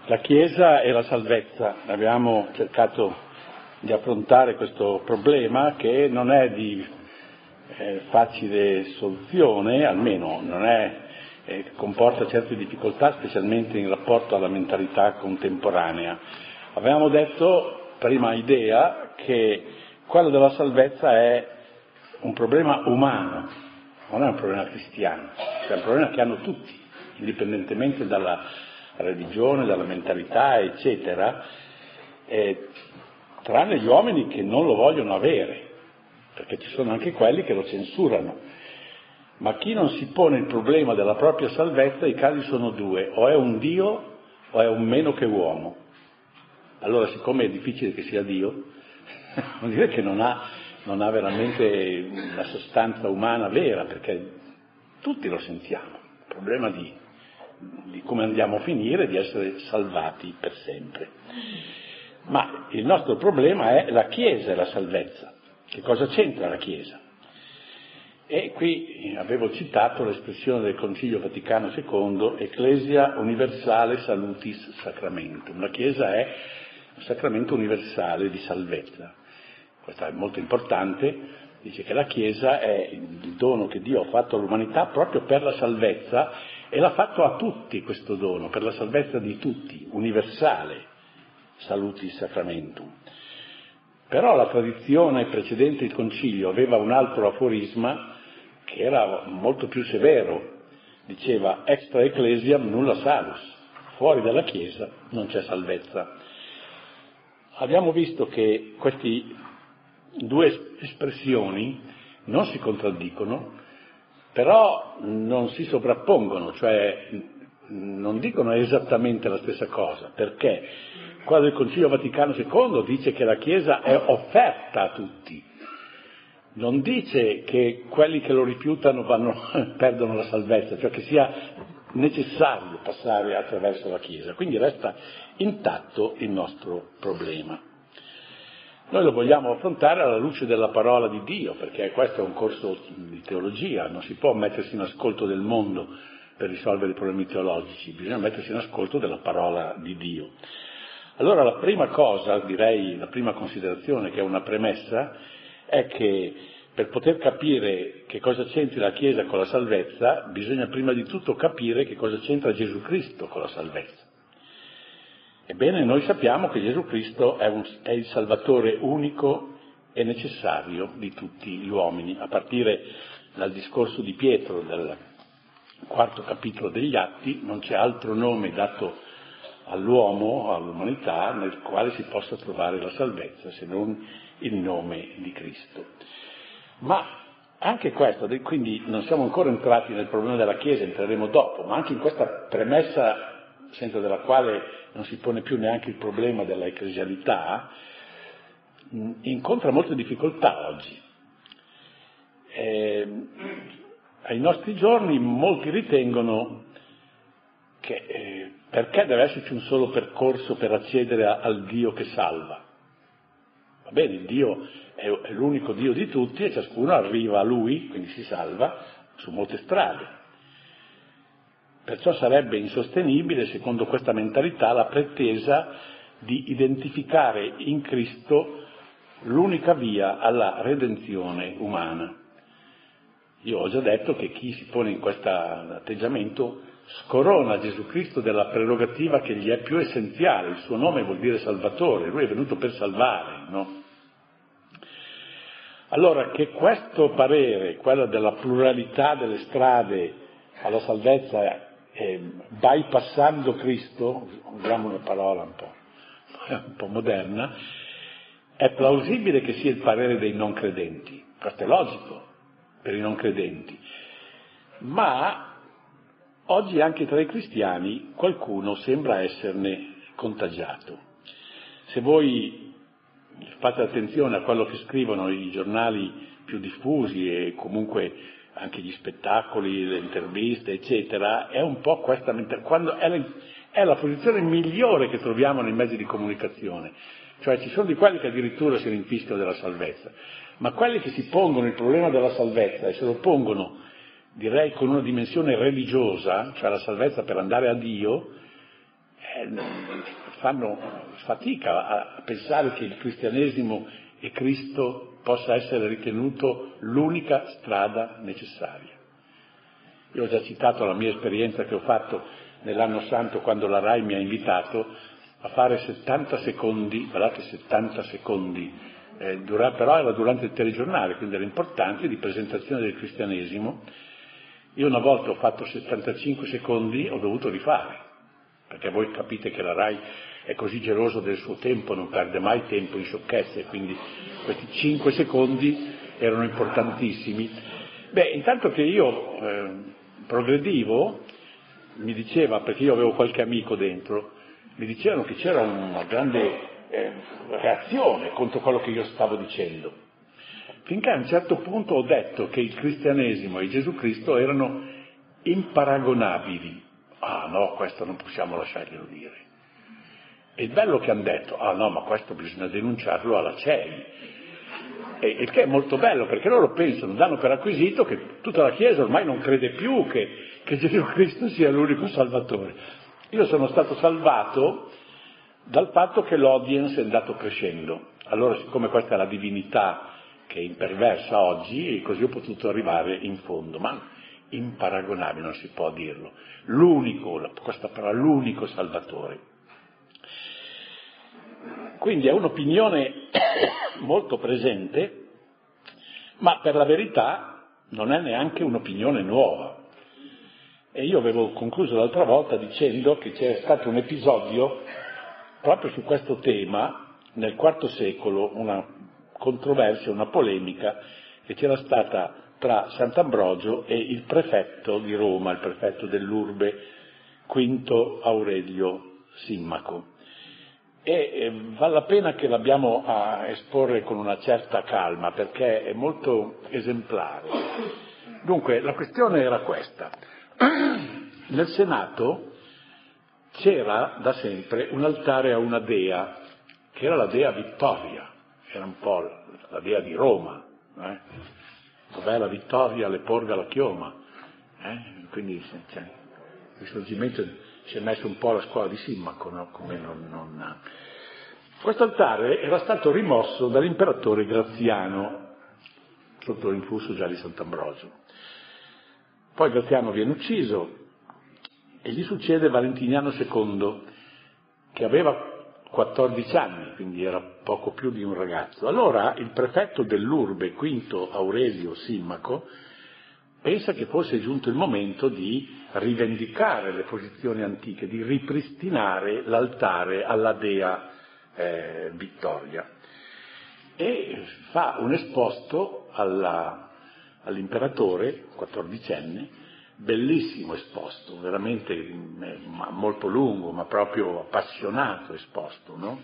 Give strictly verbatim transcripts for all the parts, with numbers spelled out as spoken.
La Chiesa e la salvezza. Abbiamo cercato di affrontare questo problema che non è di eh, facile soluzione, almeno non è, eh, comporta certe difficoltà, specialmente in rapporto alla mentalità contemporanea. Avevamo detto, prima idea, che quello della salvezza è un problema umano, non è un problema cristiano, è un problema che hanno tutti, indipendentemente dalla religione, dalla mentalità, eccetera, eh, tranne gli uomini che non lo vogliono avere, perché ci sono anche quelli che lo censurano. Ma chi non si pone il problema della propria salvezza, i casi sono due: o è un Dio o è un meno che uomo. Allora, siccome è difficile che sia Dio, vuol dire che non ha, non ha veramente una sostanza umana vera, perché tutti lo sentiamo, il problema di di come andiamo a finire, di essere salvati per sempre. Ma il nostro problema è la Chiesa e la salvezza. Che cosa c'entra la Chiesa? E qui avevo citato l'espressione del Concilio Vaticano secondo, Ecclesia Universale Salutis Sacramentum. La Chiesa è un sacramento universale di salvezza. Questo è molto importante. Dice che la Chiesa è il dono che Dio ha fatto all'umanità proprio per la salvezza, e l'ha fatto a tutti questo dono, per la salvezza di tutti, universale, salutis sacramentum. Però la tradizione precedente il Concilio aveva un altro aforisma che era molto più severo, diceva extra ecclesiam nulla salus, fuori dalla Chiesa non c'è salvezza. Abbiamo visto che queste due espressioni non si contraddicono, però non si sovrappongono, cioè non dicono esattamente la stessa cosa, perché qua del Concilio Vaticano secondo dice che la Chiesa è offerta a tutti, non dice che quelli che lo rifiutano vanno, perdono la salvezza, cioè che sia necessario passare attraverso la Chiesa, quindi resta intatto il nostro problema. Noi lo vogliamo affrontare alla luce della parola di Dio, perché questo è un corso di teologia, non si può mettersi in ascolto del mondo per risolvere i problemi teologici, bisogna mettersi in ascolto della parola di Dio. Allora la prima cosa, direi la prima considerazione, che è una premessa, è che per poter capire che cosa c'entri la Chiesa con la salvezza, bisogna prima di tutto capire che cosa c'entra Gesù Cristo con la salvezza. Ebbene, noi sappiamo che Gesù Cristo è, un, è il Salvatore unico e necessario di tutti gli uomini, a partire dal discorso di Pietro del quarto capitolo degli Atti, non c'è altro nome dato all'uomo, all'umanità, nel quale si possa trovare la salvezza, se non il nome di Cristo. Ma anche questo, quindi non siamo ancora entrati nel problema della Chiesa, entreremo dopo, ma anche in questa premessa, senza della quale non si pone più neanche il problema della ecclesialità, incontra molte difficoltà oggi. Eh, ai nostri giorni molti ritengono che eh, perché deve esserci un solo percorso per accedere a, al Dio che salva? Va bene, il Dio è, è l'unico Dio di tutti e ciascuno arriva a Lui, quindi si salva, su molte strade. Perciò sarebbe insostenibile, secondo questa mentalità, la pretesa di identificare in Cristo l'unica via alla redenzione umana. Io ho già detto che chi si pone in questo atteggiamento scorona Gesù Cristo della prerogativa che gli è più essenziale. Il suo nome vuol dire Salvatore, lui è venuto per salvare, no? Allora, che questo parere, quello della pluralità delle strade alla salvezza, eh, bypassando Cristo, usiamo una parola un po', un po' moderna, è plausibile che sia il parere dei non credenti, questo è logico per i non credenti, ma oggi anche tra i cristiani qualcuno sembra esserne contagiato. Se voi fate attenzione a quello che scrivono i giornali più diffusi e comunque anche gli spettacoli, le interviste, eccetera, è un po' questa mentalità, quando è la, è la posizione migliore che troviamo nei mezzi di comunicazione, cioè ci sono di quelli che addirittura si rinfischiano della salvezza, ma quelli che si pongono il problema della salvezza e se lo pongono, direi, con una dimensione religiosa, cioè la salvezza per andare a Dio, eh, fanno fatica a pensare che il cristianesimo e Cristo possa essere ritenuto l'unica strada necessaria. Io ho già citato la mia esperienza che ho fatto nell'anno santo quando la RAI mi ha invitato a fare settanta secondi, guardate settanta secondi, eh, dura, però era durante il telegiornale, quindi era importante, di presentazione del cristianesimo. Io una volta ho fatto settantacinque secondi, ho dovuto rifare, perché voi capite che la RAI è così geloso del suo tempo, non perde mai tempo in sciocchezze, quindi questi cinque secondi erano importantissimi. Beh, intanto che io eh, progredivo, mi diceva, perché io avevo qualche amico dentro, mi dicevano che c'era una grande eh, reazione contro quello che io stavo dicendo. Finché a un certo punto ho detto che il cristianesimo e Gesù Cristo erano imparagonabili. Ah no, questo non possiamo lasciarglielo dire. E il bello che hanno detto, ah no, ma questo bisogna denunciarlo alla C E I. E il che è molto bello, perché loro pensano, danno per acquisito che tutta la Chiesa ormai non crede più che, che Gesù Cristo sia l'unico Salvatore. Io sono stato salvato dal fatto che l'audience è andato crescendo. Allora, siccome questa è la divinità che è imperversa oggi, così ho potuto arrivare in fondo, ma imparagonabile, non si può dirlo. L'unico, questa parola, l'unico Salvatore. Quindi è un'opinione molto presente, ma per la verità non è neanche un'opinione nuova. E io avevo concluso l'altra volta dicendo che c'era stato un episodio proprio su questo tema nel quarto secolo, una controversia, una polemica che c'era stata tra Sant'Ambrogio e il prefetto di Roma, il prefetto dell'Urbe, Quinto Aurelio Simmaco. E eh, vale la pena che l'abbiamo a esporre con una certa calma, perché è molto esemplare. Dunque, la questione era questa. Nel Senato c'era da sempre un altare a una dea, che era la dea Vittoria, era un po' la dea di Roma, eh? Dov'è la Vittoria, le porga la chioma, eh? Quindi cioè, il risorgimento si è messo un po' alla scuola di Simmaco, no? Come non, non... Questo altare era stato rimosso dall'imperatore Graziano, sotto l'influsso già di Sant'Ambrogio. Poi Graziano viene ucciso e gli succede Valentiniano secondo, che aveva quattordici anni, quindi era poco più di un ragazzo. Allora il prefetto dell'Urbe, Quinto Aurelio Simmaco, pensa che fosse giunto il momento di rivendicare le posizioni antiche, di ripristinare l'altare alla dea eh, Vittoria. E fa un esposto alla, all'imperatore, quattordicenne, bellissimo esposto, veramente ma molto lungo, ma proprio appassionato esposto, no?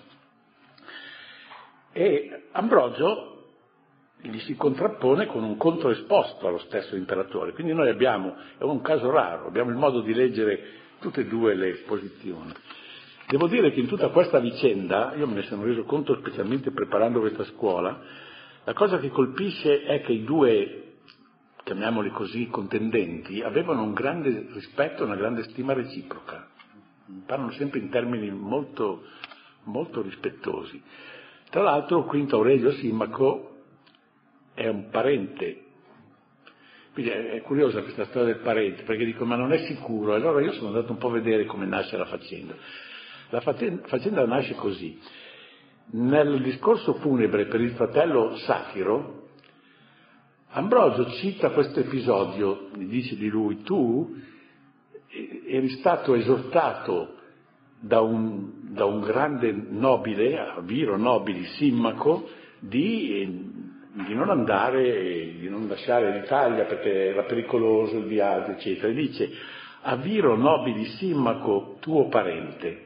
E Ambrogio gli si contrappone con un controesposto allo stesso imperatore, quindi noi abbiamo, è un caso raro, abbiamo il modo di leggere tutte e due le posizioni. Devo dire che in tutta questa vicenda, io me ne sono reso conto specialmente preparando questa scuola, la cosa che colpisce è che i due, chiamiamoli così, contendenti, avevano un grande rispetto e una grande stima reciproca. Parlano sempre in termini molto, molto rispettosi. Tra l'altro Quinto Aurelio Simmaco è un parente. Quindi è curiosa questa storia del parente, perché dico, ma non è sicuro. Allora io sono andato un po' a vedere come nasce la faccenda. La faccenda nasce così. Nel discorso funebre per il fratello Satiro, Ambrogio cita questo episodio, gli dice di lui, tu eri stato esortato da un, da un grande nobile, viro nobile, Simmaco, di, di non andare, di non lasciare l'Italia perché era pericoloso il viaggio, eccetera. E dice, a viro nobili Simmaco, tuo parente.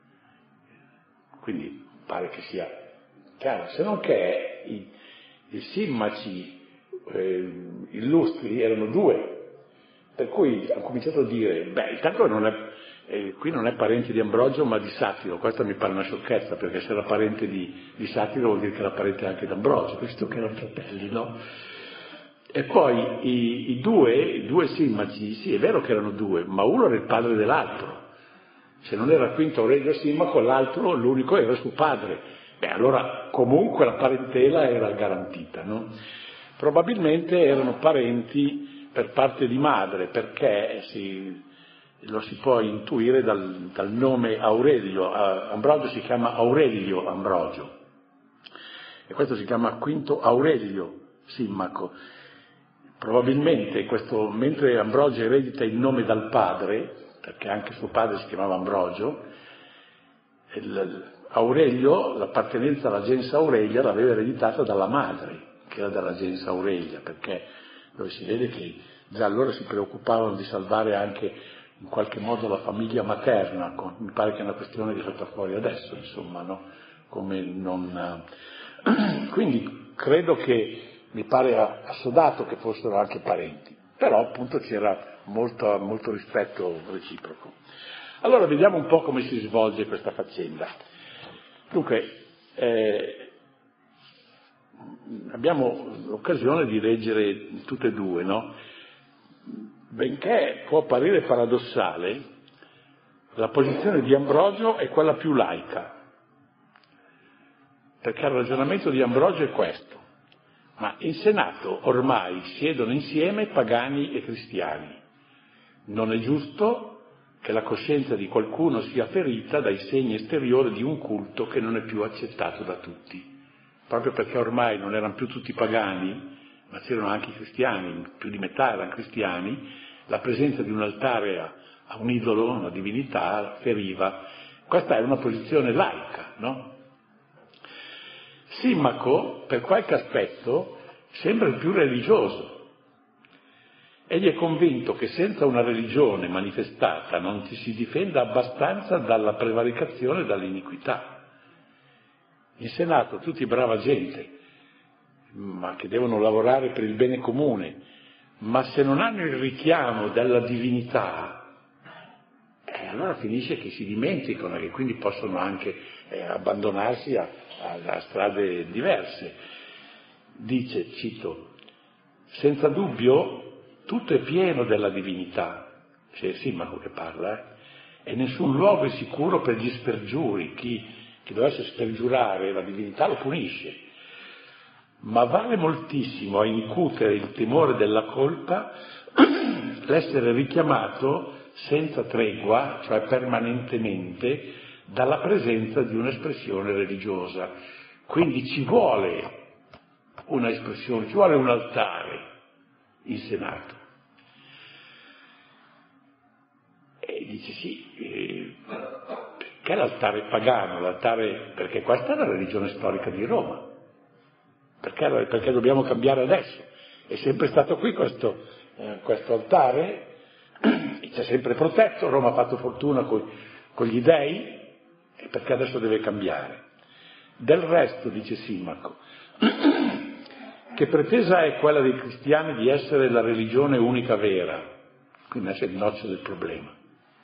Quindi pare che sia chiaro, se non che i, i Simmaci eh, illustri erano due, per cui ha cominciato a dire, beh, intanto non è, eh, qui non è parente di Ambrogio ma di Satiro, questa mi pare una sciocchezza, perché se era parente di, di Satiro vuol dire che era parente anche di Ambrogio, visto che erano fratelli, no? E poi i, i due, i due Simmaci, sì è vero che erano due, ma uno era il padre dell'altro. se non era Quinto Aurelio Simmaco, l'altro, l'unico, era suo padre. Beh, allora comunque la parentela era garantita, no? Probabilmente erano parenti per parte di madre, perché si, lo si può intuire dal, dal nome Aurelio. Ambrogio si chiama Aurelio Ambrogio, e questo si chiama Quinto Aurelio Simmaco. Probabilmente questo, mentre Ambrogio eredita il nome dal padre, perché anche suo padre si chiamava Ambrogio, il, Aurelio, l'appartenenza alla gens Aurelia l'aveva ereditata dalla madre, che era della gens Aurelia, perché dove si vede che già allora si preoccupavano di salvare anche in qualche modo la famiglia materna, mi pare che è una questione che salta fuori adesso, insomma, no? Come non... Quindi credo che mi pare assodato che fossero anche parenti, però appunto c'era molto, molto rispetto reciproco. Allora vediamo un po' come si svolge questa faccenda. Dunque, eh, abbiamo l'occasione di leggere tutte e due, no? Benché può apparire paradossale, la posizione di Ambrogio è quella più laica, perché il ragionamento di Ambrogio è questo: ma in Senato ormai siedono insieme pagani e cristiani, non è giusto che la coscienza di qualcuno sia ferita dai segni esteriori di un culto che non è più accettato da tutti. Proprio perché ormai non erano più tutti pagani, ma c'erano anche i cristiani, più di metà erano cristiani, la presenza di un altare a, a un idolo, una divinità, feriva. Questa è una posizione laica, no? Simmaco, per qualche aspetto, sembra il più religioso. Egli è convinto che senza una religione manifestata non ci si difenda abbastanza dalla prevaricazione e dall'iniquità. In Senato tutti brava gente, ma che devono lavorare per il bene comune, ma se non hanno il richiamo della divinità, eh, allora finisce che si dimenticano e che quindi possono anche eh, abbandonarsi a, a, a strade diverse. Dice, cito, senza dubbio tutto è pieno della divinità, c'è Simmaco che parla, eh? E nessun luogo è sicuro per gli spergiuri, chi, chi dovesse spergiurare la divinità lo punisce, ma vale moltissimo a incutere il timore della colpa l'essere richiamato senza tregua, cioè permanentemente, dalla presenza di un'espressione religiosa. Quindi ci vuole una espressione, ci vuole un altare in Senato. E dice sì, eh, perché l'altare pagano? L'altare, perché questa è la religione storica di Roma. Perché, perché dobbiamo cambiare adesso? È sempre stato qui questo, eh, questo altare, ci ha sempre protetto, Roma ha fatto fortuna con, con gli dei, e perché adesso deve cambiare? Del resto, dice Simmaco, che pretesa è quella dei cristiani di essere la religione unica vera, quindi nasce il noccio del problema.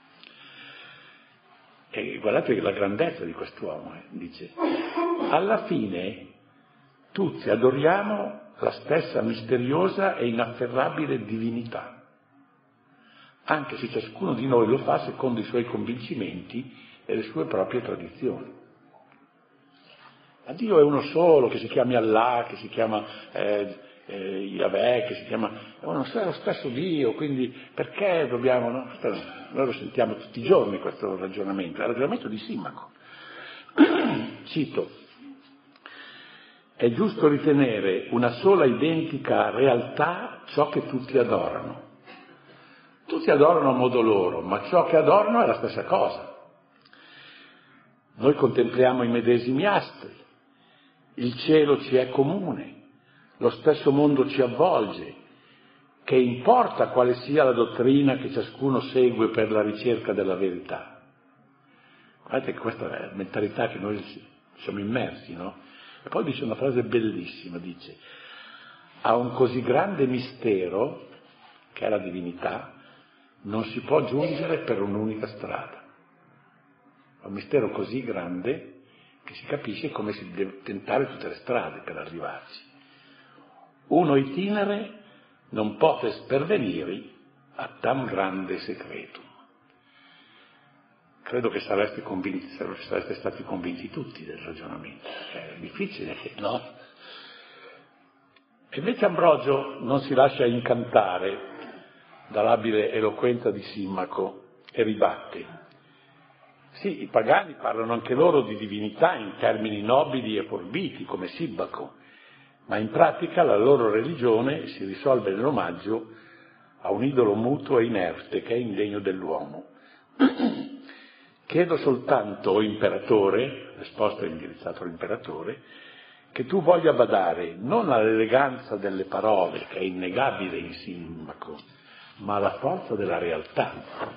E guardate la grandezza di quest'uomo, eh, dice, alla fine tutti adoriamo la stessa misteriosa e inafferrabile divinità, anche se ciascuno di noi lo fa secondo i suoi convincimenti e le sue proprie tradizioni. Ma Dio è uno solo, che si chiama Allah, che si chiama eh, eh, Yahweh, che si chiama... è uno lo stesso Dio, quindi perché dobbiamo... No? Noi lo sentiamo tutti i giorni questo ragionamento, è il ragionamento di Simmaco. Cito, è giusto ritenere una sola identica realtà ciò che tutti adorano. Tutti adorano a modo loro, ma ciò che adorano è la stessa cosa. Noi contempliamo i medesimi astri, il cielo ci è comune, lo stesso mondo ci avvolge, che importa quale sia la dottrina che ciascuno segue per la ricerca della verità. Guardate che questa è la mentalità che noi siamo immersi, no? E poi dice una frase bellissima, dice, a un così grande mistero, che è la divinità, non si può giungere per un'unica strada. È un mistero così grande che si capisce come si deve tentare tutte le strade per arrivarci. Uno itinere non potes pervenire a tam grande secretum. credo che sareste convinti, sareste stati convinti tutti del ragionamento, cioè, è difficile, no? E invece Ambrogio non si lascia incantare dall'abile eloquenza di Simmaco e ribatte. Sì, i pagani parlano anche loro di divinità in termini nobili e forbiti, come Sibbaco, ma in pratica la loro religione si risolve nell'omaggio a un idolo muto e inerte che è indegno dell'uomo. Chiedo soltanto, o imperatore, risposta indirizzata all'imperatore, che tu voglia badare non all'eleganza delle parole, che è innegabile in Simmaco, ma alla forza della realtà.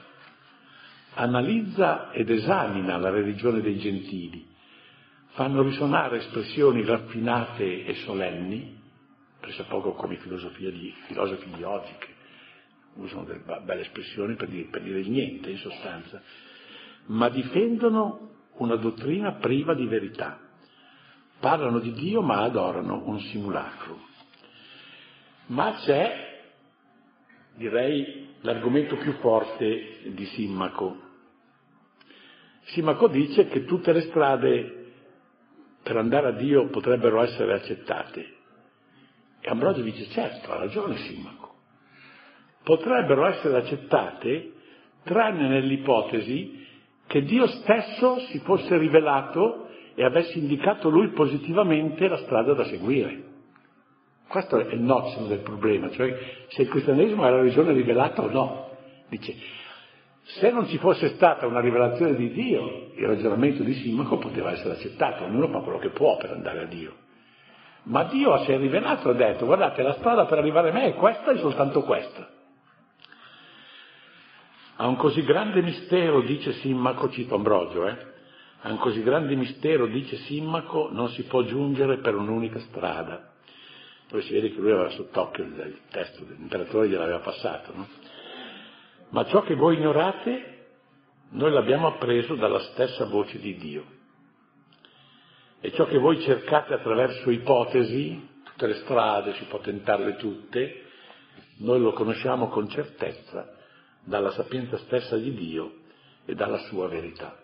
Analizza ed esamina la religione dei gentili, fanno risuonare espressioni raffinate e solenni, pressappoco come filosofia di, filosofi di oggi, che usano delle belle espressioni per dire, per dire il niente, in sostanza, ma difendono una dottrina priva di verità. Parlano di Dio ma adorano un simulacro. Ma c'è, direi, l'argomento più forte di Simmaco. Simmaco dice che tutte le strade per andare a Dio potrebbero essere accettate. E Ambrogio dice, certo, ha ragione Simmaco. Potrebbero essere accettate tranne nell'ipotesi che Dio stesso si fosse rivelato e avesse indicato lui positivamente la strada da seguire. Questo è il nocciolo del problema, cioè se il cristianesimo è la religione rivelata o no. Dice, se non ci fosse stata una rivelazione di Dio, il ragionamento di Simmaco poteva essere accettato, ognuno fa quello che può per andare a Dio. Ma Dio si è rivelato e ha detto, guardate, la strada per arrivare a me è questa e soltanto questa. A un così grande mistero, dice Simmaco, cito Ambrogio, eh, a un così grande mistero, dice Simmaco, non si può giungere per un'unica strada. Dove si vede che lui aveva sott'occhio il testo, l'imperatore gliel'aveva passato, no? Ma ciò che voi ignorate, noi l'abbiamo appreso dalla stessa voce di Dio. E ciò che voi cercate attraverso ipotesi, tutte le strade, si può tentarle tutte, noi lo conosciamo con certezza dalla sapienza stessa di Dio e dalla sua verità.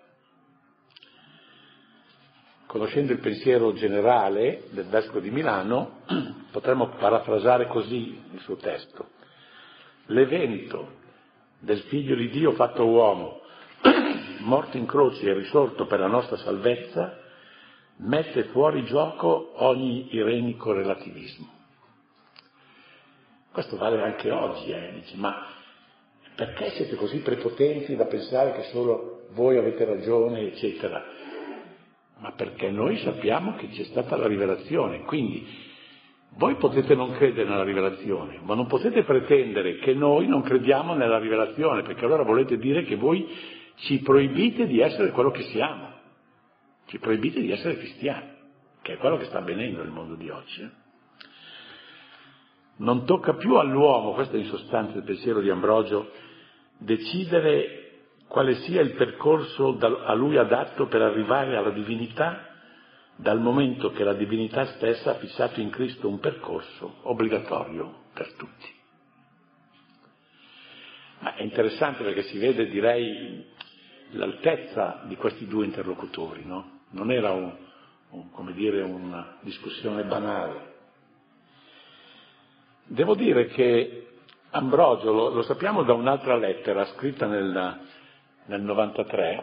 Conoscendo il pensiero generale del vescovo di Milano, potremmo parafrasare così il suo testo. L'evento del Figlio di Dio fatto uomo, morto in croce e risorto per la nostra salvezza, mette fuori gioco ogni irenico relativismo. Questo vale anche oggi, eh? Dici, ma perché siete così prepotenti da pensare che solo voi avete ragione, eccetera? Ma perché noi sappiamo che c'è stata la rivelazione, quindi voi potete non credere nella rivelazione, ma non potete pretendere che noi non crediamo nella rivelazione, perché allora volete dire che voi ci proibite di essere quello che siamo, ci proibite di essere cristiani, che è quello che sta avvenendo nel mondo di oggi. Eh? Non tocca più all'uomo, questo è in sostanza il pensiero di Ambrogio, decidere quale sia il percorso a lui adatto per arrivare alla divinità, dal momento che la divinità stessa ha fissato in Cristo un percorso obbligatorio per tutti. Ma è interessante perché si vede, direi, l'altezza di questi due interlocutori, no? Non era un, un, come dire, una discussione banale. Devo dire che Ambrogio, lo, lo sappiamo da un'altra lettera scritta nel, nel novantatré,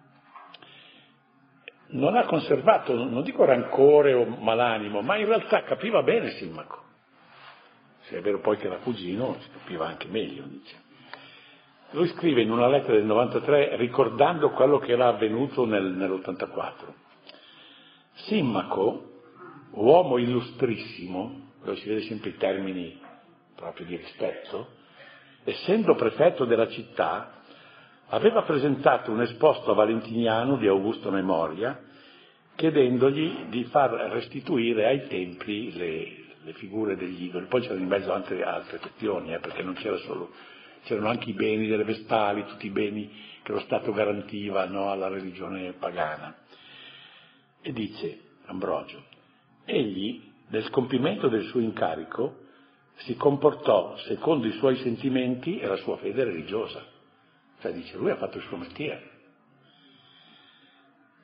non ha conservato, non dico rancore o malanimo, ma in realtà capiva bene Simmaco. Se è vero poi che era cugino, si capiva anche meglio, dice. Lui scrive in una lettera del novantatré ricordando quello che era avvenuto nel, nell'ottantaquattro. Simmaco, uomo illustrissimo, dove si vede sempre i termini proprio di rispetto, essendo prefetto della città, aveva presentato un esposto a Valentiniano di augusta memoria, chiedendogli di far restituire ai templi le, le figure degli idoli. Poi c'erano in mezzo anche altre questioni, eh, perché non c'era solo, c'erano anche i beni delle vestali, tutti i beni che lo Stato garantiva, no, alla religione pagana. E dice Ambrogio, egli, nel compimento del suo incarico, si comportò secondo i suoi sentimenti e la sua fede religiosa. Cioè dice, lui ha fatto il suo mestiere.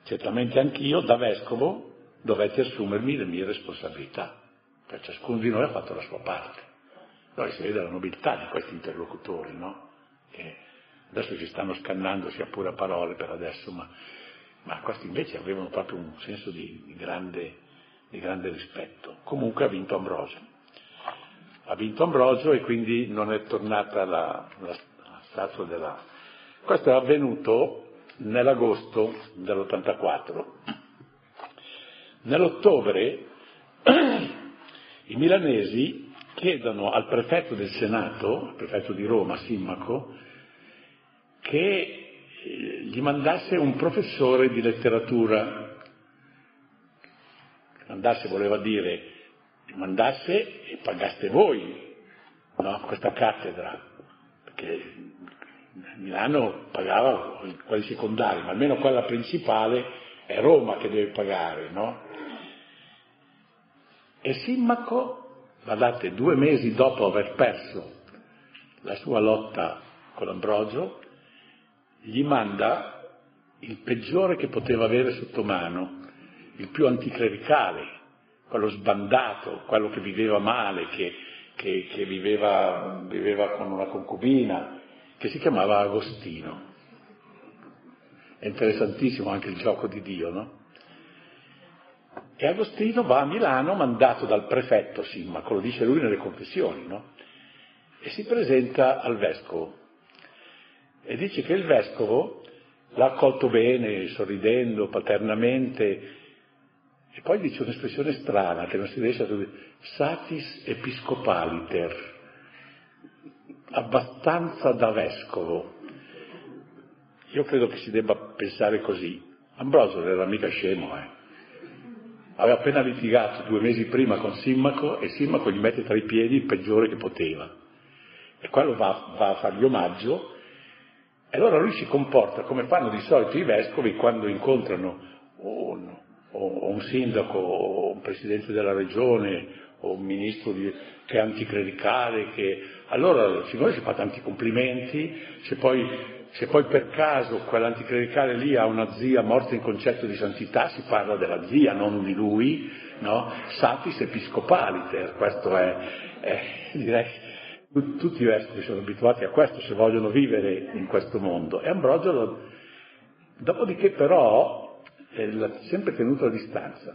certamente anch'io, da vescovo, dovetti assumermi le mie responsabilità, per ciascuno di noi ha fatto la sua parte. Allora si vede la nobiltà di questi interlocutori, no? Che adesso ci stanno scannando sia pure a parole per adesso, ma, ma questi invece avevano proprio un senso di, di, grande, di grande rispetto. Comunque ha vinto Ambrogio. Ha vinto Ambrogio e quindi non è tornata la, la, la statua della... Questo è avvenuto nell'agosto dell'ottantaquattro. Nell'ottobre i milanesi chiedono al prefetto del Senato, il prefetto di Roma, Simmaco, che gli mandasse un professore di letteratura. Mandasse voleva dire, mandasse e pagaste voi, no, questa cattedra, perché Milano pagava quelli secondari, ma almeno quella principale è Roma che deve pagare, no? E Simmaco, guardate, due mesi dopo aver perso la sua lotta con Ambrogio, gli manda il peggiore che poteva avere sotto mano, il più anticlericale, quello sbandato, quello che viveva male, che, che, che viveva, viveva con una concubina, che si chiamava Agostino. È interessantissimo anche il gioco di Dio, no? E Agostino va a Milano mandato dal prefetto Simmaco, lo dice lui nelle confessioni, no? E si presenta al vescovo e dice che il vescovo l'ha accolto bene, sorridendo, paternamente, e poi dice un'espressione strana che non si riesce a tradurre, satis episcopaliter, abbastanza da vescovo. Io credo che si debba pensare così. Ambrogio non era mica scemo, eh. Aveva appena litigato due mesi prima con Simmaco e Simmaco gli mette tra i piedi il peggiore che poteva. E quello va, va a fargli omaggio e allora lui si comporta come fanno di solito i vescovi quando incontrano un, o un sindaco o un presidente della regione o un ministro di, che è anticlericale, che allora siccome si fa tanti complimenti, se poi... Se poi per caso quell'anticlericale lì ha una zia morta in concetto di santità, si parla della zia, non di lui, no? Satis episcopaliter, questo è, è direi, tutti i vescovi sono abituati a questo se vogliono vivere in questo mondo. E Ambrogio, lo, dopodiché però, l'ha sempre tenuto a distanza,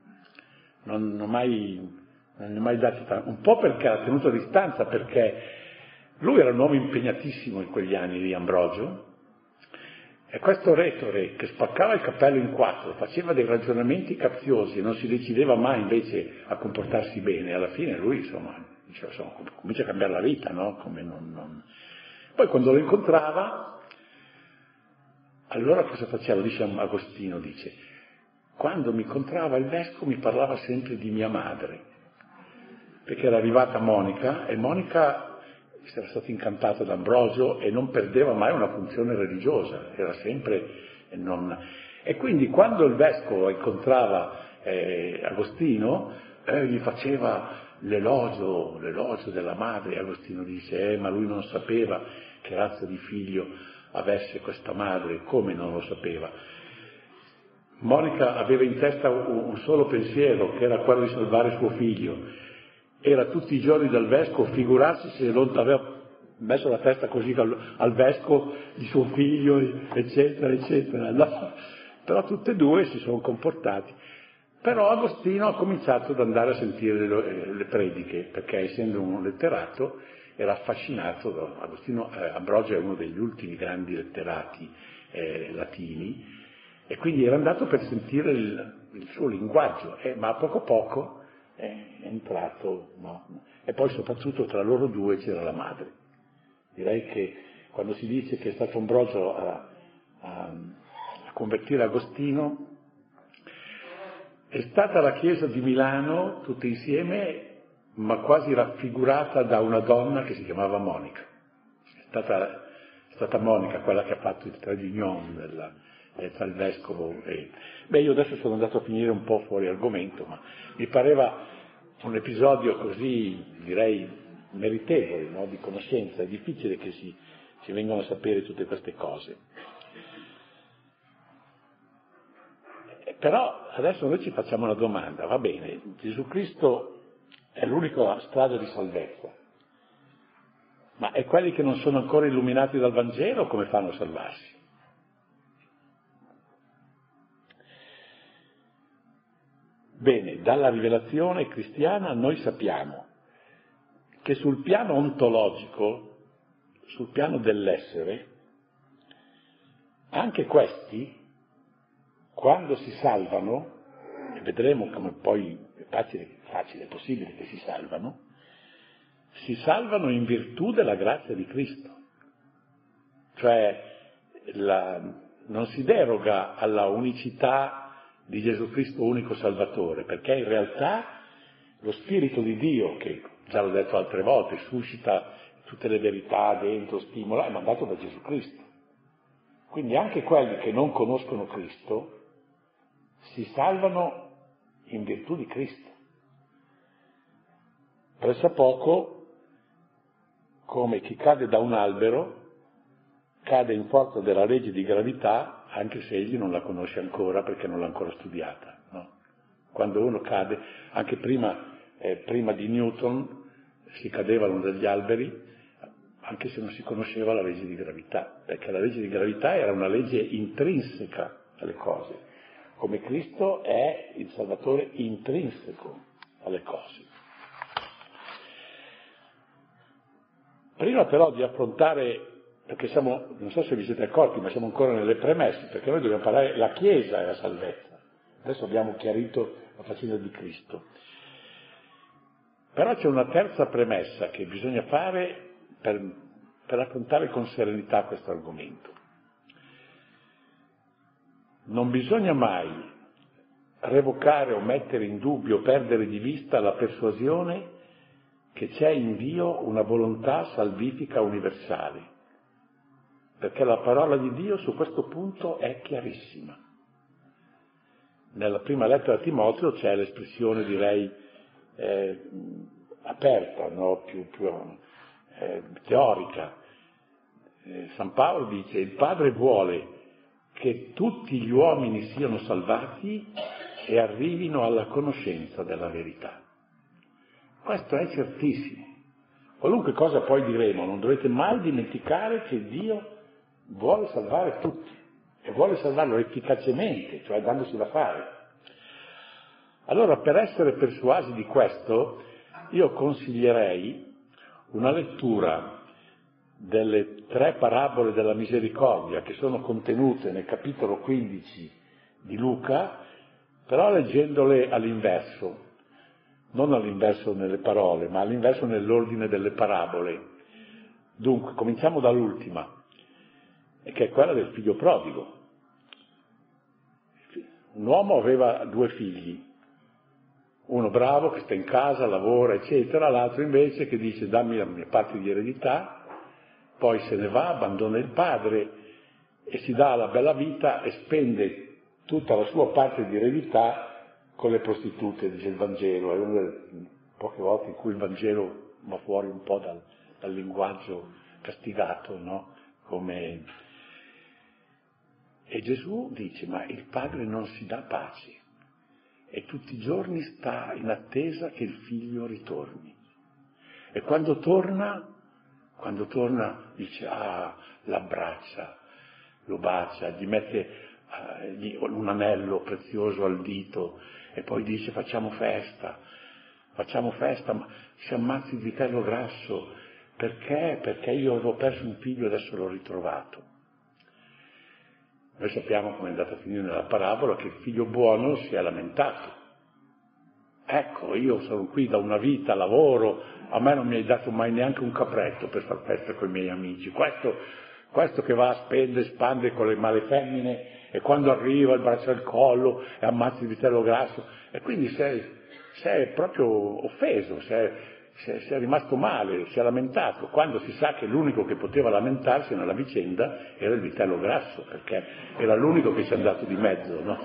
non ha mai, non mai dato tanto, un po' perché l'ha tenuto a distanza, perché lui era un uomo impegnatissimo in quegli anni di Ambrogio, e questo retore che spaccava il cappello in quattro, faceva dei ragionamenti capziosi e non si decideva mai invece a comportarsi bene, alla fine lui insomma, diceva, insomma comincia a cambiare la vita, no? Come non, non... Poi quando lo incontrava, allora cosa faceva? Dice Agostino, dice, quando mi incontrava il vescovo mi parlava sempre di mia madre, perché era arrivata Monica e Monica era stato incantato da Ambrogio e non perdeva mai una funzione religiosa, era sempre e non... E quindi quando il vescovo incontrava eh, Agostino, eh, gli faceva l'elogio, l'elogio della madre, e Agostino dice, eh, ma lui non sapeva che razza di figlio avesse questa madre, come non lo sapeva? Monica aveva in testa un, un solo pensiero, che era quello di salvare suo figlio. Era tutti i giorni dal vescovo, figurarsi se non aveva messo la testa così al, al vescovo di suo figlio, eccetera, eccetera. No? Però tutte e due si sono comportati. Però Agostino ha cominciato ad andare a sentire le, le prediche, perché essendo un letterato era affascinato da Agostino. eh, Ambrogio è uno degli ultimi grandi letterati eh, latini, e quindi era andato per sentire il, il suo linguaggio, eh, ma a poco a poco è entrato, no? E poi soprattutto tra loro due c'era la madre. Direi che quando si dice che è stato Ambrogio a, a, a convertire Agostino, è stata la chiesa di Milano tutta insieme, ma quasi raffigurata da una donna che si chiamava Monica. È stata, è stata Monica quella che ha fatto il tradunion della, eh, tra il vescovo e... Beh, io adesso sono andato a finire un po' fuori argomento, ma mi pareva un episodio così, direi, meritevole, no? Di conoscenza. È difficile che si, si vengano a sapere tutte queste cose. Però adesso noi ci facciamo una domanda, va bene, Gesù Cristo è l'unica strada di salvezza, ma e quelli che non sono ancora illuminati dal Vangelo come fanno a salvarsi? Bene, dalla rivelazione cristiana noi sappiamo che sul piano ontologico, sul piano dell'essere, anche questi, quando si salvano, e vedremo come poi è facile, facile, possibile che si salvano, si salvano in virtù della grazia di Cristo. Cioè la, non si deroga alla unicità di Gesù Cristo unico Salvatore, perché in realtà lo Spirito di Dio, che già l'ho detto altre volte, suscita tutte le verità dentro, stimola, è mandato da Gesù Cristo. Quindi anche quelli che non conoscono Cristo si salvano in virtù di Cristo. Pressappoco, come chi cade da un albero, cade in forza della legge di gravità, anche se egli non la conosce ancora perché non l'ha ancora studiata. No? Quando uno cade, anche prima, eh, prima di Newton si cadevano dagli alberi, anche se non si conosceva la legge di gravità, perché la legge di gravità era una legge intrinseca alle cose, come Cristo è il Salvatore intrinseco alle cose. Prima però di affrontare, perché siamo, non so se vi siete accorti, ma siamo ancora nelle premesse, perché noi dobbiamo parlare, la Chiesa è la salvezza. Adesso abbiamo chiarito la faccenda di Cristo. Però c'è una terza premessa che bisogna fare per, per affrontare con serenità questo argomento. Non bisogna mai revocare o mettere in dubbio o perdere di vista la persuasione che c'è in Dio una volontà salvifica universale, perché la parola di Dio su questo punto è chiarissima. Nella prima lettera a Timoteo c'è l'espressione, direi, eh, aperta, no? più, più eh, teorica. Eh, San Paolo dice: il Padre vuole che tutti gli uomini siano salvati e arrivino alla conoscenza della verità. Questo è certissimo. Qualunque cosa poi diremo, non dovete mai dimenticare che Dio vuole salvare tutti e vuole salvarlo efficacemente, cioè dandosi da fare. Allora, per essere persuasi di questo, io consiglierei una lettura delle tre parabole della misericordia che sono contenute nel capitolo quindici di Luca, però leggendole all'inverso, non all'inverso nelle parole, ma all'inverso nell'ordine delle parabole. Dunque, cominciamo dall'ultima, che è quella del figlio prodigo. Un uomo aveva due figli, uno bravo che sta in casa, lavora, eccetera, l'altro invece che dice: dammi la mia parte di eredità, poi se ne va, abbandona il padre e si dà la bella vita e spende tutta la sua parte di eredità con le prostitute, dice il Vangelo. È una delle poche volte in cui il Vangelo va fuori un po' dal, dal linguaggio castigato, no? Come... E Gesù dice: ma il padre non si dà pace e tutti i giorni sta in attesa che il figlio ritorni. E quando torna, quando torna dice: ah, l'abbraccia, lo bacia, gli mette uh, gli, un anello prezioso al dito e poi dice: facciamo festa, facciamo festa, ma si ammazza il vitello grasso. Perché? Perché io avevo perso un figlio e adesso l'ho ritrovato. Noi sappiamo come è andata a finire nella parabola, che il figlio buono si è lamentato. Ecco, io sono qui da una vita, lavoro, a me non mi hai dato mai neanche un capretto per far festa con i miei amici. Questo, questo che va a spendere, spande con le male femmine e quando arriva il braccio al collo e ammazza il vitello grasso. E quindi sei, sei proprio offeso, sei, sei, sei rimasto male, si è lamentato, quando si sa che l'unico che poteva lamentarsi nella vicenda era il vitello grasso, perché era l'unico che ci è andato di mezzo, no?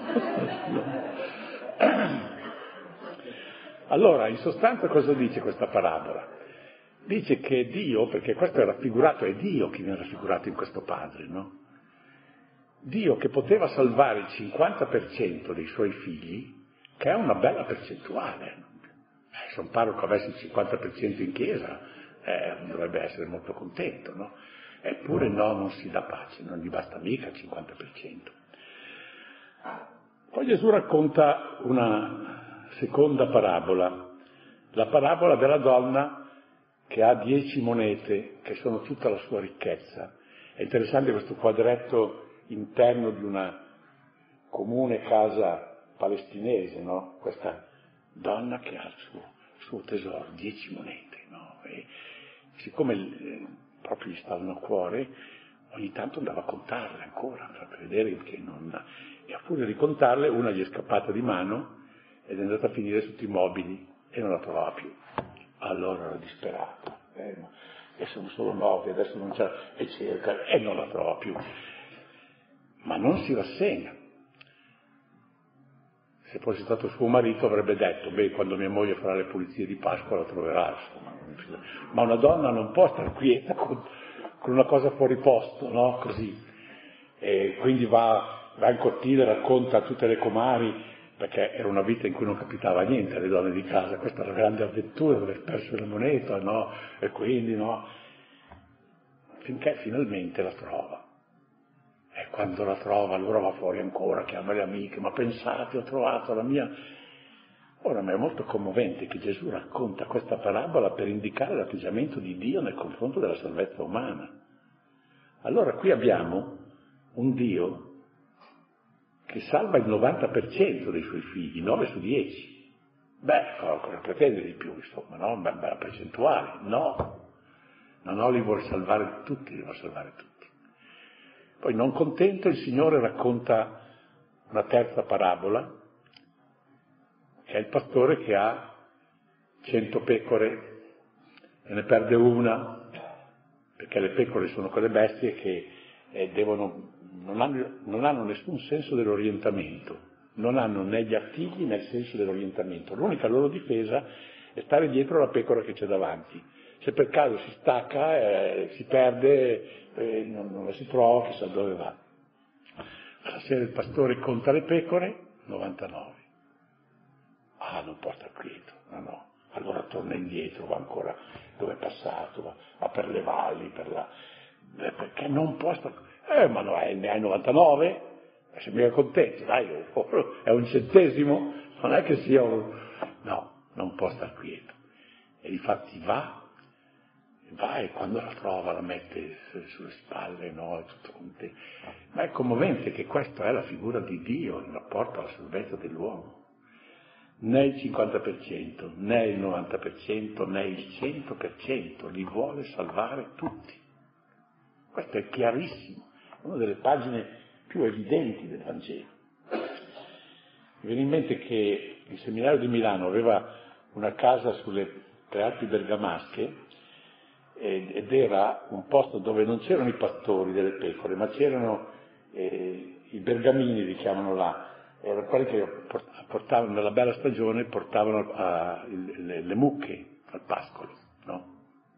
Allora, in sostanza cosa dice questa parabola? Dice che Dio, perché questo è raffigurato, è Dio che viene raffigurato in questo padre, no? Dio che poteva salvare il cinquanta per cento dei suoi figli, che è una bella percentuale. Eh, se un parroco avesse il cinquanta per cento in chiesa, eh, dovrebbe essere molto contento, no? Eppure no, non si dà pace, non gli basta mica il cinquanta per cento. Poi Gesù racconta una seconda parabola, la parabola della donna che ha dieci monete, che sono tutta la sua ricchezza. È interessante questo quadretto interno di una comune casa palestinese, no? Questa donna che ha il suo, il suo tesoro, dieci monete, no? E siccome eh, proprio gli stavano a cuore, ogni tanto andava a contarle ancora, per vedere che non... E a furia di contarle, una gli è scappata di mano ed è andata a finire sotto i mobili e non la trovava più. Allora era disperato. Eh, ma adesso sono solo nove, adesso non c'è... E cerca, e non la trova più. Ma non si rassegna. Se fosse stato suo marito avrebbe detto, beh, quando mia moglie farà le pulizie di Pasqua la troverà, insomma. Ma una donna non può stare quieta con, con una cosa fuori posto, no? Così. E quindi va, va in cortile, racconta a tutte le comari, perché era una vita in cui non capitava niente alle donne di casa, questa è la grande avventura di aver perso la moneta, no? E quindi, no? Finché finalmente la trova. E quando la trova, allora va fuori ancora, chiama le amiche, ma pensate, ho trovato la mia... Ora, ma è molto commovente che Gesù racconta questa parabola per indicare l'atteggiamento di Dio nel confronto della salvezza umana. Allora qui abbiamo un Dio che salva il novanta per cento dei suoi figli, nove su dieci. Beh, cosa pretende di più, insomma, no? Una bella percentuale. No, no, no, li vuole salvare tutti, li vuole salvare tutti. Poi, non contento, il Signore racconta una terza parabola, che è il pastore che ha cento pecore e ne perde una, perché le pecore sono quelle bestie che eh, devono, non hanno, non hanno nessun senso dell'orientamento, non hanno né gli artigli né il senso dell'orientamento. L'unica loro difesa è stare dietro la pecora che c'è davanti. Se per caso si stacca, eh, si perde, eh, non, non la si trova, chissà dove va. Alla sera il pastore conta le pecore, novantanove. Ah, non può star quieto, no, no. Allora torna indietro, va ancora dove è passato, va, va per le valli, per la... Eh, perché non può star... Eh, ma no, eh, ne hai novantanove? Eh, sei mica contento, dai, è un centesimo, non è che sia un... No, non può star quieto. E difatti va, va e quando la trova la mette sulle spalle, no, è tutto contento. Ma è commovente che questa è la figura di Dio in rapporto alla salvezza dell'uomo. Né il cinquanta per cento, né il novanta per cento, né il cento per cento, li vuole salvare tutti. Questo è chiarissimo, è una delle pagine più evidenti del Vangelo. Mi viene in mente che il seminario di Milano aveva una casa sulle tre Alpi Bergamasche ed era un posto dove non c'erano i pastori delle pecore, ma c'erano eh, i bergamini, li chiamano là. Erano quelli che portavano, nella bella stagione, portavano a, le, le mucche al pascolo, no?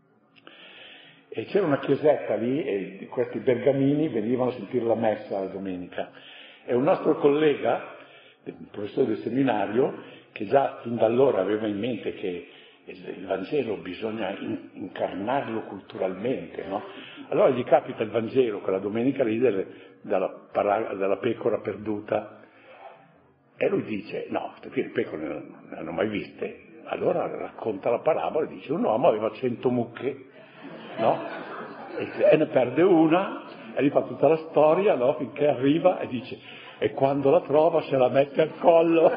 E c'era una chiesetta lì e questi bergamini venivano a sentire la messa la domenica. E un nostro collega, il professore del seminario, che già fin da allora aveva in mente che il Vangelo bisogna incarnarlo culturalmente, no? Allora gli capita il Vangelo quella domenica lì delle, della, della pecora perduta. E lui dice, no, queste pecore non le hanno mai viste. Allora racconta la parabola e dice, un uomo aveva cento mucche, no? E, e ne perde una, e gli fa tutta la storia, no? Finché arriva e dice, e quando la trova se la mette al collo.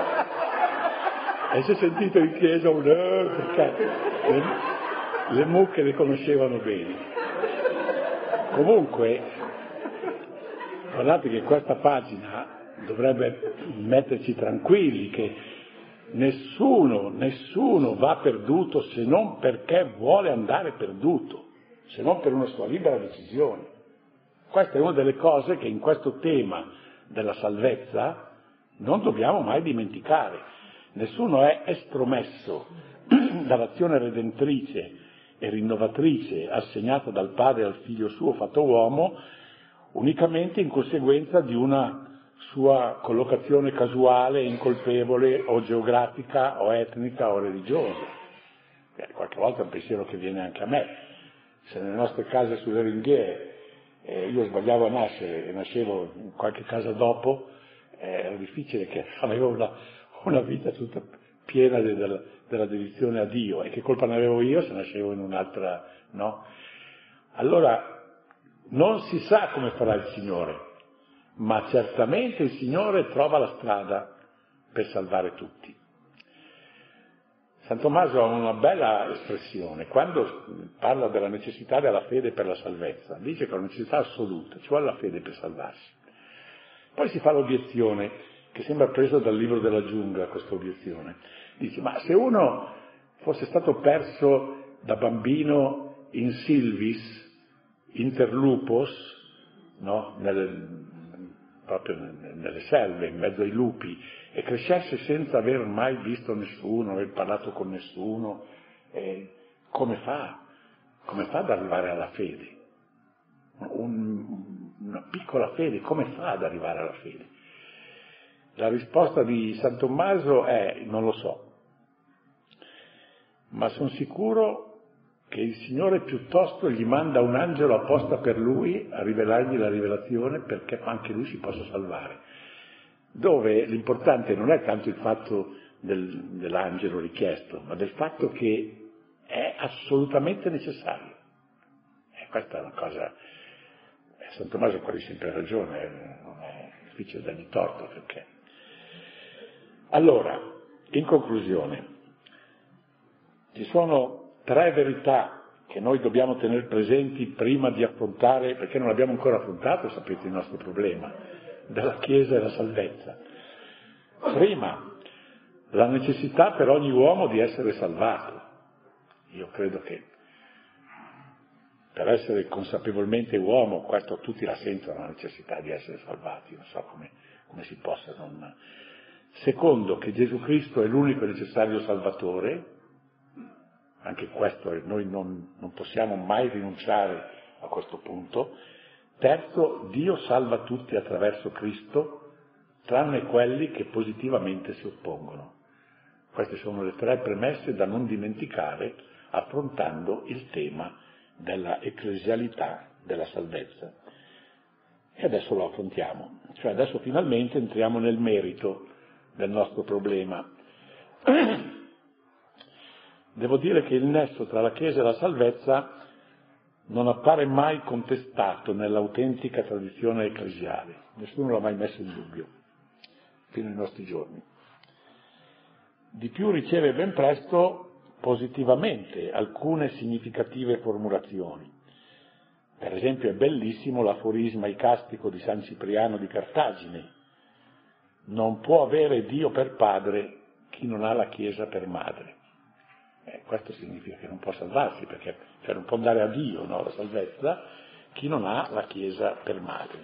E si è sentito in chiesa un eh, perché le, le mucche le conoscevano bene. Comunque, guardate che questa pagina dovrebbe metterci tranquilli che nessuno, nessuno va perduto se non perché vuole andare perduto, se non per una sua libera decisione. Questa è una delle cose che in questo tema della salvezza non dobbiamo mai dimenticare. Nessuno è estromesso dall'azione redentrice e rinnovatrice assegnata dal Padre al Figlio suo fatto uomo, unicamente in conseguenza di una sua collocazione casuale, incolpevole o geografica o etnica o religiosa. Eh, qualche volta è un pensiero che viene anche a me. Se nelle nostre case sulle ringhiere eh, io sbagliavo a nascere e nascevo in qualche casa dopo, eh, era difficile che avevo una, una vita tutta piena de, de, della dedizione a Dio. E che colpa ne avevo io se nascevo in un'altra, no? Allora, non si sa come farà il Signore, ma certamente il Signore trova la strada per salvare tutti. San Tommaso ha una bella espressione, quando parla della necessità della fede per la salvezza, dice che è una necessità assoluta, ci vuole la fede per salvarsi. Poi si fa l'obiezione, che sembra preso dal libro della giungla, questa obiezione. Dice, ma se uno fosse stato perso da bambino in Silvis, interlupos, no? Nel, proprio nelle selve, in mezzo ai lupi, e crescesse senza aver mai visto nessuno, aver parlato con nessuno, eh, come fa? Come fa ad arrivare alla fede? Un, una piccola fede, come fa ad arrivare alla fede? La risposta di San Tommaso è, non lo so, ma sono sicuro che il Signore piuttosto gli manda un angelo apposta per lui a rivelargli la rivelazione perché anche lui si possa salvare. Dove l'importante non è tanto il fatto del, dell'angelo richiesto, ma del fatto che è assolutamente necessario. E questa è una cosa, San Tommaso quasi sempre ha ragione, non è difficile dargli torto perché. Allora, in conclusione, ci sono tre verità che noi dobbiamo tenere presenti prima di affrontare, perché non abbiamo ancora affrontato, sapete, il nostro problema della Chiesa e la salvezza. Prima, la necessità per ogni uomo di essere salvato. Io credo che per essere consapevolmente uomo, questo tutti la sentono, la necessità di essere salvati, non so come, come si possa non. Secondo, che Gesù Cristo è l'unico e necessario Salvatore. Anche questo noi non, non possiamo mai rinunciare a questo punto. Terzo, Dio salva tutti attraverso Cristo, tranne quelli che positivamente si oppongono. Queste sono le tre premesse da non dimenticare affrontando il tema della ecclesialità della salvezza. E adesso lo affrontiamo, cioè adesso finalmente entriamo nel merito del nostro problema. Devo dire che il nesso tra la Chiesa e la salvezza non appare mai contestato nell'autentica tradizione ecclesiale. Nessuno l'ha mai messo in dubbio, fino ai nostri giorni. Di più riceve ben presto positivamente alcune significative formulazioni. Per esempio è bellissimo l'aforisma icastico di San Cipriano di Cartagine: non può avere Dio per padre chi non ha la Chiesa per madre. Eh, questo significa che non può salvarsi, perché cioè non può andare a Dio, no, la salvezza, chi non ha la Chiesa per madre.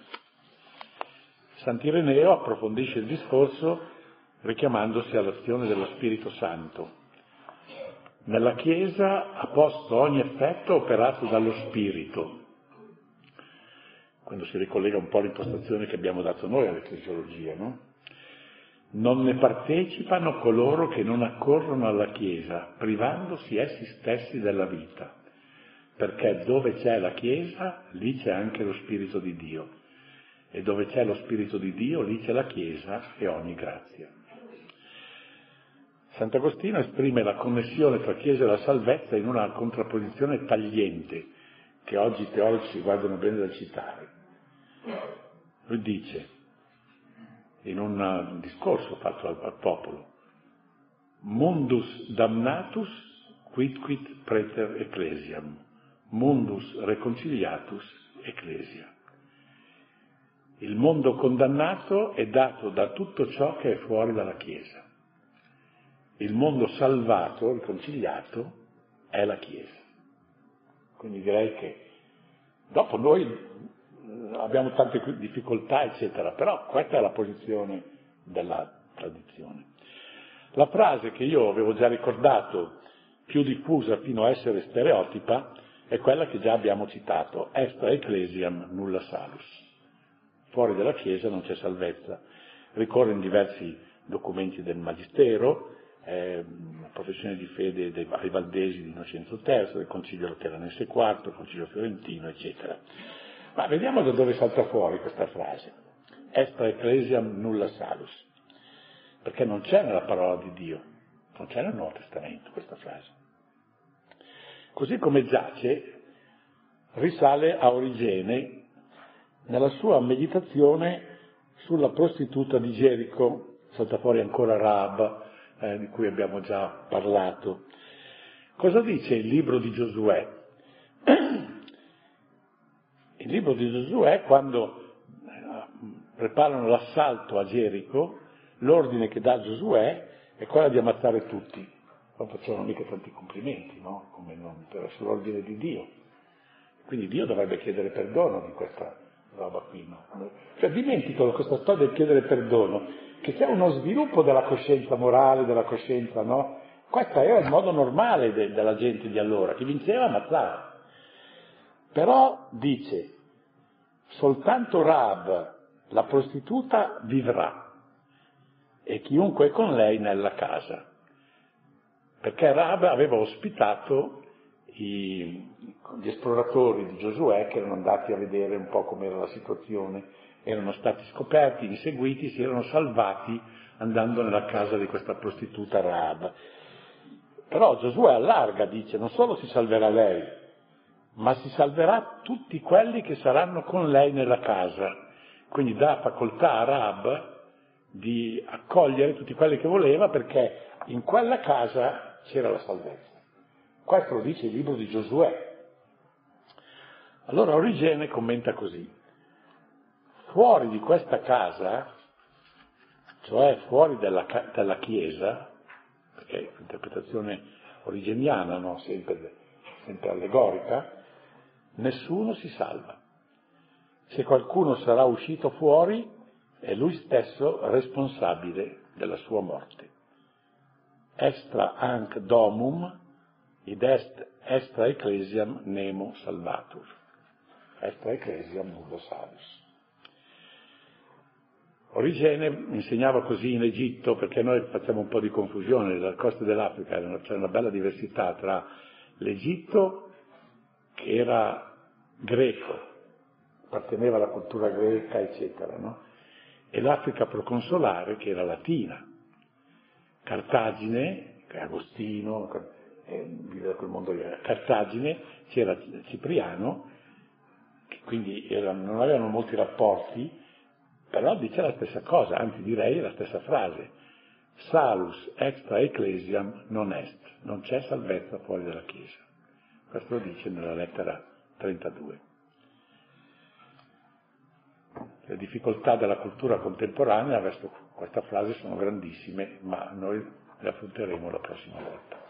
Sant'Ireneo approfondisce il discorso richiamandosi all'azione dello Spirito Santo. Nella Chiesa ha posto ogni effetto operato dallo Spirito, quando si ricollega un po' all'impostazione che abbiamo dato noi all'ecclesiologia, no? Non ne partecipano coloro che non accorrono alla Chiesa, privandosi essi stessi della vita, perché dove c'è la Chiesa, lì c'è anche lo Spirito di Dio, e dove c'è lo Spirito di Dio, lì c'è la Chiesa e ogni grazia. Sant'Agostino esprime la connessione tra Chiesa e la salvezza in una contrapposizione tagliente, che oggi i teologi guardano bene da citare. Lui dice, in un discorso fatto al, al popolo: mundus damnatus quidquid praeter ecclesiam, mundus reconciliatus ecclesia. Il mondo condannato è dato da tutto ciò che è fuori dalla Chiesa. Il mondo salvato, riconciliato, è la Chiesa. Quindi direi che dopo noi abbiamo tante difficoltà, eccetera, però questa è la posizione della tradizione. La frase che io avevo già ricordato, più diffusa fino a essere stereotipa, è quella che già abbiamo citato: extra ecclesiam nulla salus. fuori dalla Chiesa non c'è salvezza. Ricorre in diversi documenti del Magistero, eh, la professione di fede dei, ai Valdesi di Innocenzo terzo, del Concilio Lateranense quarto, del Concilio Fiorentino, eccetera. Ma vediamo da dove salta fuori questa frase. Extra ecclesiam nulla salus. Perché non c'è nella parola di Dio, non c'è nel Nuovo Testamento questa frase. Così come giace, risale a Origene nella sua meditazione sulla prostituta di Gerico, salta fuori ancora Raab, eh, di cui abbiamo già parlato. Cosa dice il libro di Giosuè? Il libro di Giosuè, quando preparano l'assalto a Gerico, l'ordine che dà Giosuè è quello di ammazzare tutti. Non facevano mica tanti complimenti, no? Come non per sull'ordine di Dio. Quindi Dio dovrebbe chiedere perdono di questa roba qui, no? Cioè dimenticano questa storia del chiedere perdono, che c'è uno sviluppo della coscienza morale, della coscienza, no? Questo era il modo normale de- della gente di allora, chi vinceva ammazzava. Però dice, soltanto Raab, la prostituta, vivrà, e chiunque è con lei nella casa. Perché Raab aveva ospitato i, gli esploratori di Giosuè che erano andati a vedere un po' com'era la situazione, erano stati scoperti, inseguiti, si erano salvati andando nella casa di questa prostituta Raab. Però Giosuè allarga, dice, non solo si salverà lei, ma si salverà tutti quelli che saranno con lei nella casa. Quindi dà facoltà a Raab di accogliere tutti quelli che voleva, perché in quella casa c'era la salvezza. Questo lo dice il libro di Giosuè. Allora Origene commenta così: fuori di questa casa, cioè fuori della, dalla Chiesa, perché è un'interpretazione origeniana, no? sempre, sempre allegorica, nessuno si salva. Se qualcuno sarà uscito fuori, è lui stesso responsabile della sua morte. Extra hanc domum, id est extra ecclesiam nemo salvatur. Extra ecclesiam nullo salus. Origene insegnava così in Egitto, perché noi facciamo un po' di confusione, nella costa dell'Africa c'è una bella diversità tra l'Egitto, che era greco, apparteneva alla cultura greca, eccetera, no? E l'Africa proconsolare, che era latina. Cartagine, che è Agostino, eh, vive da quel mondo lì. Cartagine c'era Cipriano, che quindi era, non avevano molti rapporti, però dice la stessa cosa, anzi direi la stessa frase. Salus extra ecclesiam non est, non c'è salvezza fuori dalla Chiesa. Questo lo dice nella lettera trentadue. Le difficoltà della cultura contemporanea verso questa frase sono grandissime, ma noi le affronteremo la prossima volta.